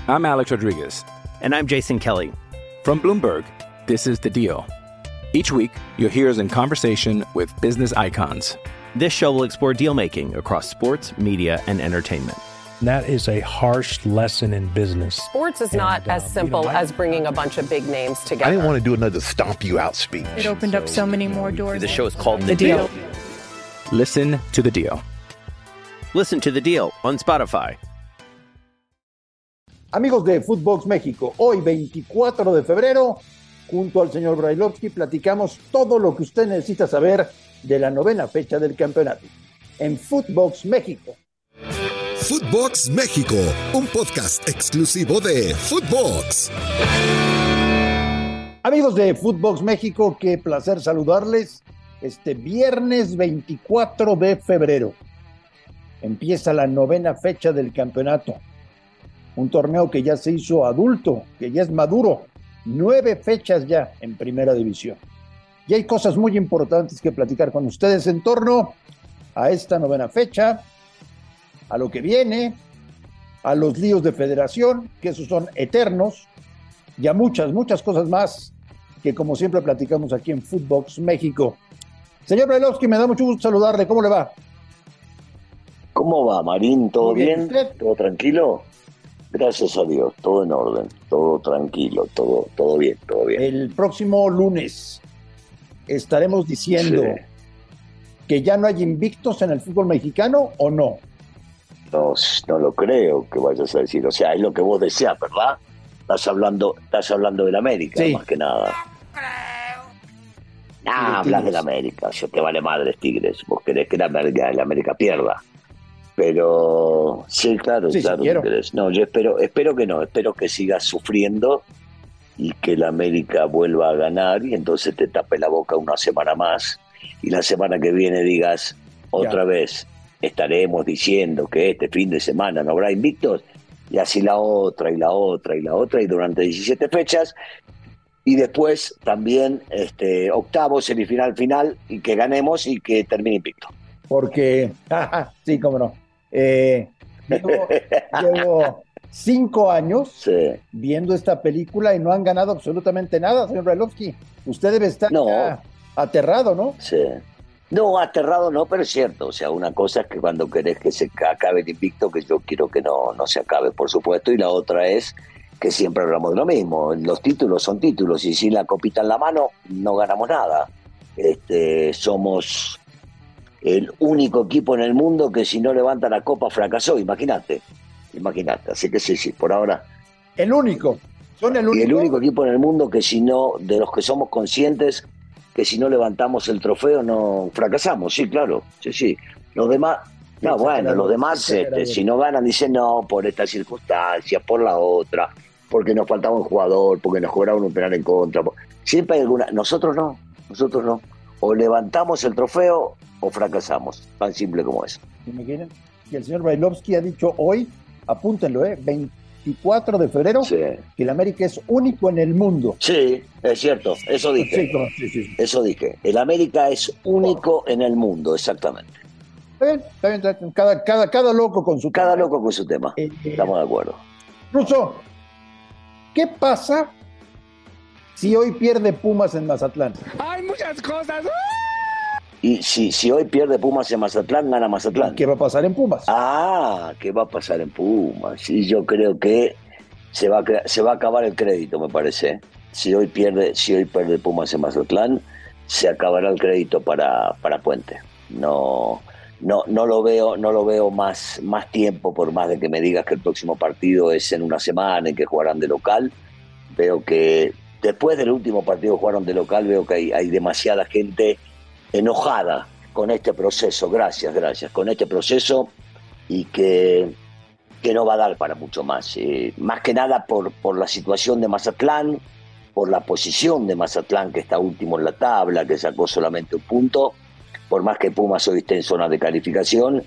I'm Alex Rodriguez. And I'm Jason Kelly. From Bloomberg, this is The Deal. Each week, you'll hear us in conversation with business icons. This show will explore deal-making across sports, media, and entertainment. That is a harsh lesson in business. Sports is not as simple as bringing a bunch of big names together. I didn't want to do another stomp you out speech. It opened up so many more doors. The show is called The Deal. Listen to The Deal. Listen to The Deal on Spotify. Amigos de Footbox México, hoy 24 de febrero, junto al señor Brailovsky, platicamos todo lo que usted necesita saber de la 9ª fecha del campeonato en Footbox México. Footbox México, un podcast exclusivo de Footbox. Amigos de Footbox México, qué placer saludarles. Este viernes 24 de febrero empieza la 9ª fecha del campeonato. Un torneo que ya se hizo adulto, que ya es maduro. 9 fechas ya en primera división. Y hay cosas muy importantes que platicar con ustedes en torno a esta 9ª fecha, a lo que viene, a los líos de federación, que esos son eternos, y a muchas cosas más que como siempre platicamos aquí en Footbox México. Señor Brailovsky, me da mucho gusto saludarle. ¿Cómo le va? ¿Cómo va, Marín? ¿Todo bien? ¿Usted? ¿Todo tranquilo? Gracias a Dios, todo en orden, todo tranquilo, todo bien, todo bien. El próximo lunes estaremos diciendo que ya no hay invictos en el fútbol mexicano, ¿o no? No lo creo que vayas a decir, o sea, es lo que vos deseas, ¿verdad? Estás hablando del América, Sí. más que nada. Hablas del América, se te vale madres, Tigres, vos querés que el América pierda. Pero sí, claro, Sí, claro sí quiero. que querés. No, yo espero que no, espero que sigas sufriendo y que el América vuelva a ganar y entonces te tape la boca una semana más y la semana que viene digas otra vez, estaremos diciendo que este fin de semana no habrá invictos, y así la otra y durante 17 fechas, y después también octavo, semifinal, final, y que ganemos y que termine invicto. Porque, sí, cómo no. Llevo 5 años Sí. viendo esta película y no han ganado absolutamente nada, señor Brailovsky. Usted debe estar ya aterrado, ¿no? Sí. No, aterrado no, pero es cierto. O sea, una cosa es que cuando querés que se acabe el invicto, que yo quiero que no se acabe, por supuesto, y la otra es que siempre hablamos de lo mismo. Los títulos son títulos y sin la copita en la mano no ganamos nada. Somos el único equipo en el mundo que si no levanta la copa fracasó, imagínate. Así que sí, por ahora. El único. Son el único. Y el único equipo en el mundo que si no, de los que somos conscientes, que si no levantamos el trofeo no fracasamos, sí, claro, sí. Los demás, los demás si no ganan dicen no, por esta circunstancia, por la otra, porque nos faltaba un jugador, porque nos cobraron un penal en contra. Siempre hay alguna, nosotros no. O levantamos el trofeo o fracasamos, tan simple como eso. ¿Sí me quieren? Y el señor Brailovsky ha dicho hoy, apúntenlo, 24 de febrero, que el América es único en el mundo. Sí, es cierto, eso dije. Sí. Eso dije. El América es único en el mundo, exactamente. Está bien. Cada loco con su tema. Cada loco con su tema. Estamos de acuerdo. Russo, ¿qué pasa si hoy pierde Pumas en Mazatlán? Hay muchas cosas. Y si hoy pierde Pumas en Mazatlán, gana Mazatlán. ¿Qué va a pasar en Pumas? ¿Qué va a pasar en Pumas? Y yo creo que se va a acabar el crédito, me parece. Si hoy pierde Pumas en Mazatlán, se acabará el crédito para Puente. No lo veo más tiempo, por más de que me digas que el próximo partido es en una semana y que jugarán de local. Veo que después del último partido que jugaron de local, veo que hay demasiada gente enojada con este proceso, gracias, con este proceso, y que no va a dar para mucho más. Más que nada por la situación de Mazatlán, por la posición de Mazatlán, que está último en la tabla, que sacó solamente un punto, por más que Pumas hoy esté en zona de calificación,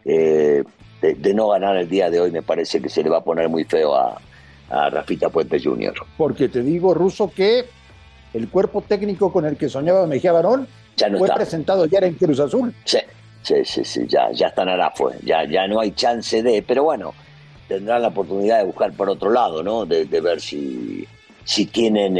de no ganar el día de hoy me parece que se le va a poner muy feo a Rafita Puente Jr. Porque te digo, Russo, que el cuerpo técnico con el que soñaba Mejía Barón ya no fue está presentado ya en Cruz Azul. Sí, ya está Narafue, ya no hay chance de, pero bueno, tendrán la oportunidad de buscar por otro lado, ¿no? De ver si tienen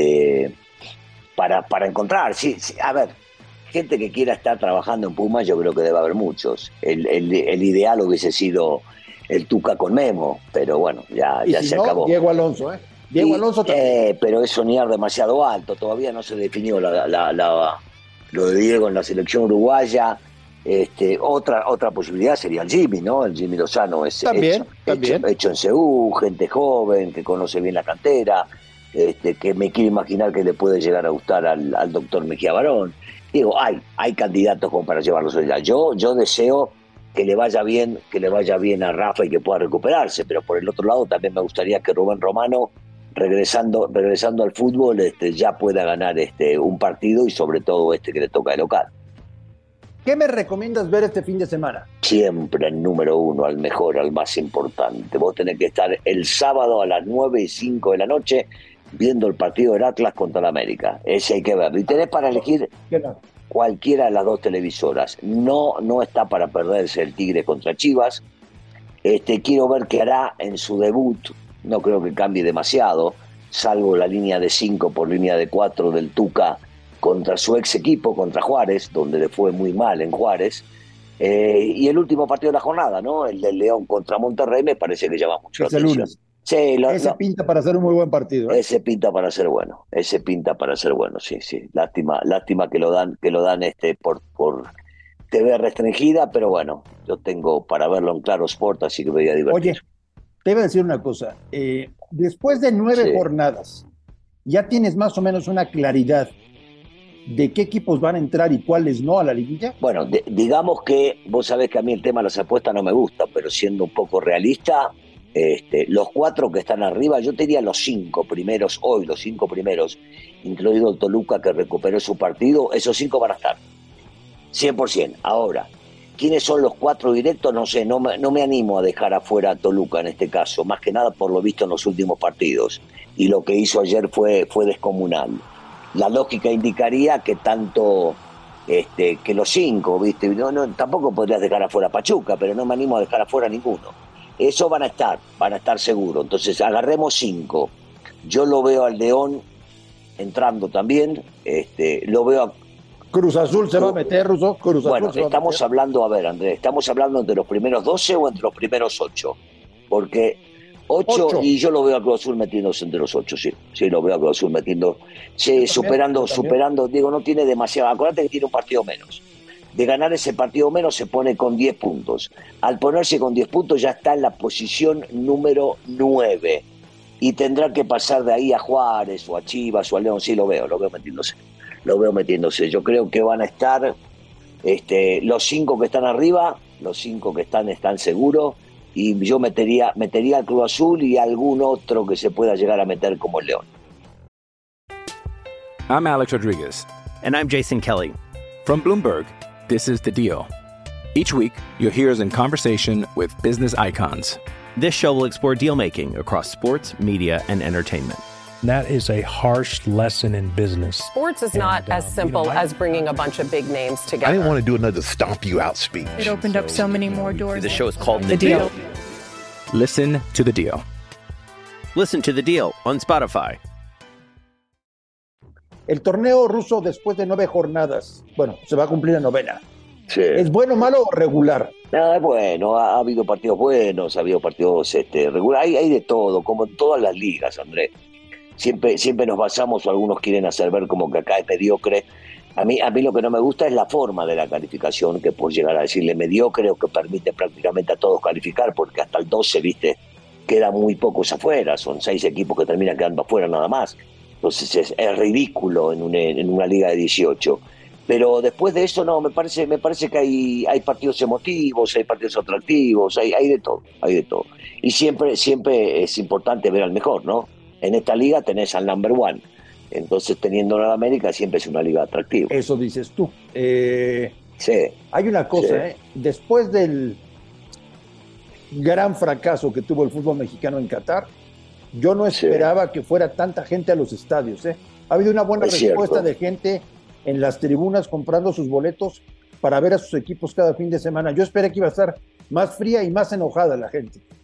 para encontrar. Sí, a ver, gente que quiera estar trabajando en Pumas, yo creo que debe haber muchos. El ideal hubiese sido el Tuca con Memo, pero bueno, ya se acabó. Diego Alonso, Diego Alonso también. Pero es soñar demasiado alto, todavía no se definió lo de Diego en la selección uruguaya. Otra posibilidad sería el Jimmy, ¿no? El Jimmy Lozano es también. Hecho en Seúl, gente joven que conoce bien la cantera, que me quiero imaginar que le puede llegar a gustar al doctor Mejía Barón. Digo, hay candidatos como para llevarlos allá. Yo deseo que le vaya bien a Rafa y que pueda recuperarse, pero por el otro lado también me gustaría que Rubén Romano, regresando al fútbol, ya pueda ganar un partido y sobre todo que le toca de local. ¿Qué me recomiendas ver este fin de semana? Siempre el número uno, al mejor, al más importante. Vos tenés que estar el sábado a las 9:05 de la noche viendo el partido del Atlas contra el América. Ese hay que verlo. Y tenés para elegir cualquiera de las dos televisoras. No está para perderse el Tigre contra Chivas. Quiero ver qué hará en su debut. No creo que cambie demasiado, salvo la línea de 5 por línea de 4 del Tuca contra su ex equipo, contra Juárez, donde le fue muy mal en Juárez. Y el último partido de la jornada, ¿no? El del León contra Monterrey, me parece que llama mucho la atención. El lunes. Sí, ese pinta para ser un muy buen partido. Ese pinta para ser bueno, sí. Lástima que lo dan por TV restringida, pero bueno, yo tengo para verlo en Claro Sport, así que me voy a divertir. Oye, te iba a decir una cosa. Después de 9 jornadas, ¿ya tienes más o menos una claridad de qué equipos van a entrar y cuáles no a la liguilla? Bueno, digamos que vos sabés que a mí el tema de las apuestas no me gusta, pero siendo un poco realista, los 4 que están arriba, yo tenía los 5 primeros hoy, incluido el Toluca que recuperó su partido, esos 5 van a estar 100%. Ahora, ¿quiénes son los 4 directos? No sé, no me animo a dejar afuera a Toluca en este caso, más que nada por lo visto en los últimos partidos, y lo que hizo ayer fue descomunal. La lógica indicaría que tanto que los 5, ¿viste? No, tampoco podrías dejar afuera a Pachuca, pero no me animo a dejar afuera a ninguno. Eso van a estar seguro. Entonces agarremos 5. Yo lo veo al León entrando también, lo veo a Cruz Azul se va a meter, Russo. Bueno, estamos hablando, a ver, Andrés, ¿estamos hablando entre los primeros 12 o entre los primeros 8? Porque 8 y yo lo veo a Cruz Azul metiéndose entre los 8, sí, lo veo a Cruz Azul metiendo, superando, digo, no tiene demasiado, acuérdate que tiene un partido menos. De ganar ese partido menos se pone con 10 puntos. Al ponerse con 10 puntos ya está en la posición número 9 y tendrá que pasar de ahí a Juárez o a Chivas o a León, sí, lo veo metiéndose. Yo creo que van a estar los 5 que están arriba, los 5 que están seguros, y yo metería al Cruz Azul y algún otro que se pueda llegar a meter como el León. I'm Alex Rodriguez. And I'm Jason Kelly. From Bloomberg, this is The Deal. Each week, you'll hear us in conversation with business icons. This show will explore deal-making across sports, media, and entertainment. That is a harsh lesson in business. Sports is not as simple as bringing a bunch of big names together. I didn't want to do another stomp you out speech. It opened up so many more doors. The show is called The Deal. Listen to The Deal. Listen to The Deal on Spotify. El torneo ruso, después de 9 jornadas, bueno, se va a cumplir la 9ª. Sí. ¿Es bueno, malo o regular? No, es bueno, ha habido partidos buenos, ha habido partidos regulares, hay de todo, como en todas las ligas, Andrés. Siempre nos basamos, o algunos quieren hacer ver como que acá es mediocre. A mí lo que no me gusta es la forma de la calificación, que puedes llegar a decirle mediocre o que permite prácticamente a todos calificar, porque hasta el 12, ¿viste? Quedan muy pocos afuera, son 6 equipos que terminan quedando afuera nada más. Entonces es ridículo en una liga de 18. Pero después de eso, no, me parece que hay partidos emotivos, hay partidos atractivos, hay de todo. Y siempre es importante ver al mejor, ¿no? En esta liga tenés al number one. Entonces, teniendo a América, siempre es una liga atractiva. Eso dices tú. Sí. Hay una cosa, después del gran fracaso que tuvo el fútbol mexicano en Qatar, yo no esperaba que fuera tanta gente a los estadios. Ha habido una buena respuesta de gente en las tribunas comprando sus boletos para ver a sus equipos cada fin de semana. Yo esperé que iba a estar más fría y más enojada la gente.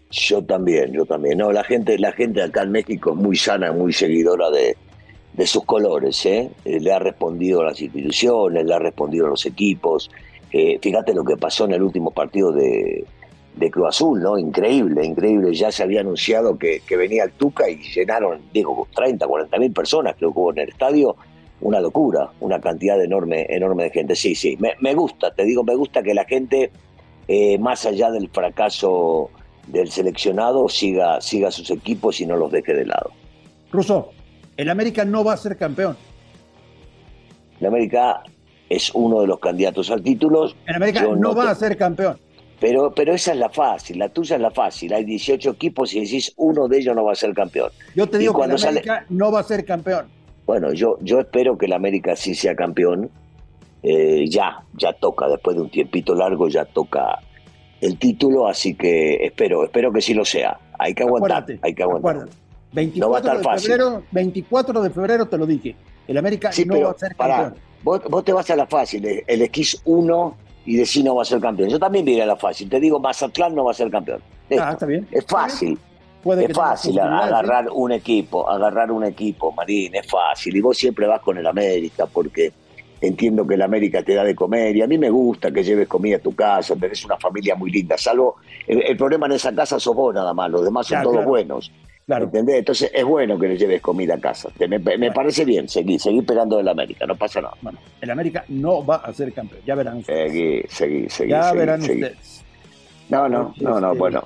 Yo también. No, la gente acá en México es muy sana, muy seguidora de sus colores, ¿eh? Le ha respondido a las instituciones, le ha respondido a los equipos. Fíjate lo que pasó en el último partido de Cruz Azul, ¿no? Increíble. Ya se había anunciado que venía el Tuca y llenaron, 30, 40 mil personas, creo que hubo en el estadio. Una locura, una cantidad enorme de gente. Sí, me gusta, me gusta que la gente, más allá del fracaso del seleccionado, siga a sus equipos y no los deje de lado. Russo, el América no va a ser campeón. El América es uno de los candidatos al título. El América no va a ser campeón. Pero esa es la fácil, la tuya es la fácil. Hay 18 equipos y decís uno de ellos no va a ser campeón. Yo te digo que el América no va a ser campeón. Bueno, yo espero que el América sí sea campeón. Ya toca, después de un tiempito largo, ya toca el título, así que espero que sí lo sea. Hay que aguantar. Acuérdate. 24 no va a estar fácil. 24 de febrero te lo dije. El América no va a ser campeón. Vos te vas a la fácil, elegís uno y decís no va a ser campeón. Yo también miré a la fácil. Te digo, Mazatlán no va a ser campeón. Está bien. Es fácil. Es fácil agarrar un equipo, Marín, es fácil. Y vos siempre vas con el América porque entiendo que el América te da de comer y a mí me gusta que lleves comida a tu casa, tenés una familia muy linda, salvo el problema en esa casa sos vos nada más, los demás son todos buenos. Claro. ¿Entendés? Entonces es bueno que le lleves comida a casa. Me parece bien, seguí pegando del América, no pasa nada. Bueno, el América no va a ser campeón, ya verán ustedes. Seguí. Verán ustedes. No, bueno.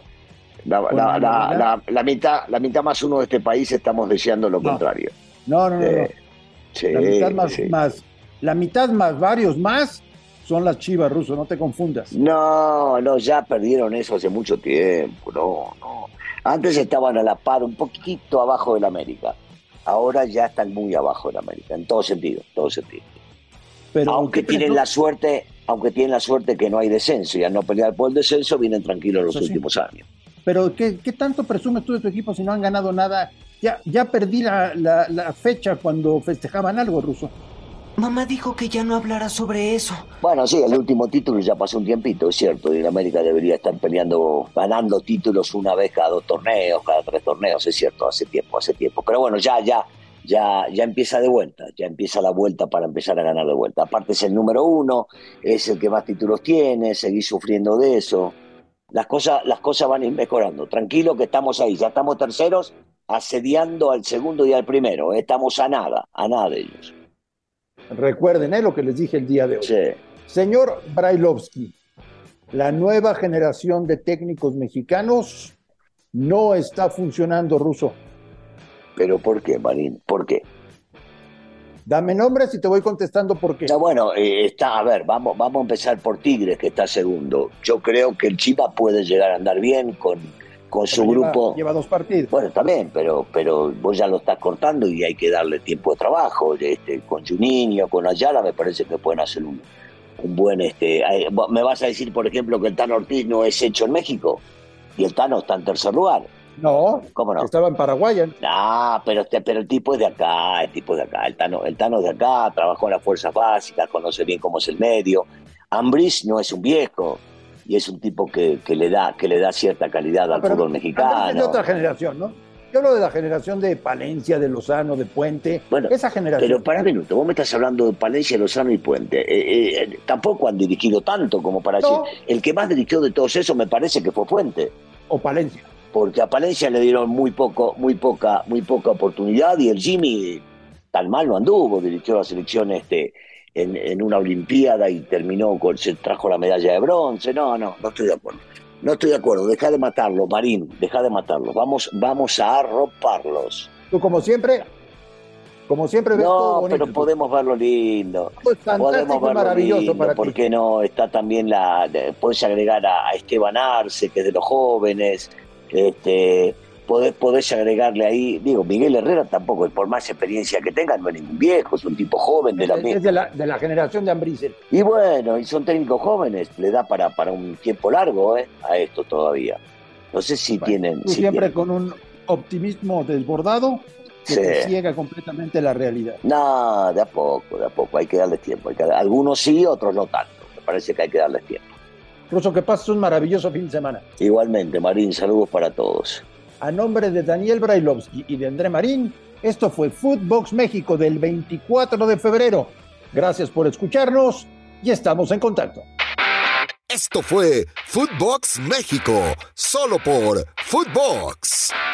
La mitad más uno de este país estamos deseando lo contrario. No. La mitad más varios más son las Chivas, Russo, no te confundas. No, ya perdieron eso hace mucho tiempo, no. Antes estaban a la par, un poquito abajo del América. Ahora ya están muy abajo del América, en todo sentido. Pero aunque tienen la suerte que no hay descenso, y al no pelear por el descenso vienen tranquilos los últimos años. Pero ¿qué tanto presumes tú de tu equipo si no han ganado nada? Ya perdí la fecha cuando festejaban algo, Russo. Mamá dijo que ya no hablara sobre eso. Bueno, sí, el último título ya pasó un tiempito, es cierto. Y el América debería estar ganando títulos una vez cada 2 torneos, cada 3 torneos, es cierto, hace tiempo. Pero bueno, ya empieza de vuelta, ya empieza la vuelta para empezar a ganar de vuelta. Aparte es el número 1, es el que más títulos tiene, seguís sufriendo de eso. Las cosas van a ir mejorando. Tranquilo que estamos ahí, ya estamos terceros, asediando al segundo y al primero. Estamos a nada de ellos. Recuerden lo que les dije el día de hoy. Sí. Señor Brailovsky, la nueva generación de técnicos mexicanos no está funcionando, Russo. ¿Pero por qué, Marín? ¿Por qué? Dame nombres y te voy contestando por qué. Bueno, vamos a empezar por Tigres, que está segundo. Yo creo que el Chivas puede llegar a andar bien con su grupo. Lleva 2 partidos. Bueno, está bien, pero vos ya lo estás cortando y hay que darle tiempo de trabajo. Con Juninho, con Ayala, me parece que pueden hacer un buen... ¿Me vas a decir, por ejemplo, que el Tano Ortiz no es hecho en México? Y el Tano está en tercer lugar. No, ¿cómo no? Estaba en Paraguay. No, pero el tipo es de acá, el Tano es de acá, trabajó en las fuerzas básicas, conoce bien cómo es el medio. Ambriz no es un viejo y es un tipo que le da cierta calidad al fútbol mexicano. Es de otra generación, ¿no? Yo hablo de la generación de Palencia, de Lozano, de Puente, esa generación. Pero para un minuto, vos me estás hablando de Palencia, Lozano y Puente. Tampoco han dirigido tanto como para decir. El que más dirigió de todos esos me parece que fue Puente. O Palencia. Porque a Palencia le dieron muy poca oportunidad y el Jimmy tan mal no anduvo, dirigió la selección en una olimpiada y se trajo la medalla de bronce. No estoy de acuerdo. No estoy de acuerdo, deja de matarlo, Marín, deja de matarlo. Vamos a arroparlos. Tú como siempre ves todo bonito. Pero podemos verlo lindo. Pues fantástico, maravilloso lindo, para ti. ¿Por qué no? Está también puedes agregar a Esteban Arce, que es de los jóvenes. Podés agregarle ahí, Miguel Herrera tampoco, por más experiencia que tenga, no es ningún viejo, es un tipo joven de la generación de Ambriz. Y bueno, y son técnicos jóvenes, le da para un tiempo largo a esto todavía. No sé si tienen... Tú siempre con un optimismo desbordado que te ciega completamente la realidad. No, de a poco, hay que darles tiempo. Algunos sí, otros no tanto. Me parece que hay que darles tiempo. Ruso, que pases un maravilloso fin de semana. Igualmente, Marín, saludos para todos. A nombre de Daniel Brailovsky y de André Marín, esto fue Footbox México del 24 de febrero. Gracias por escucharnos y estamos en contacto. Esto fue Footbox México, solo por Footbox.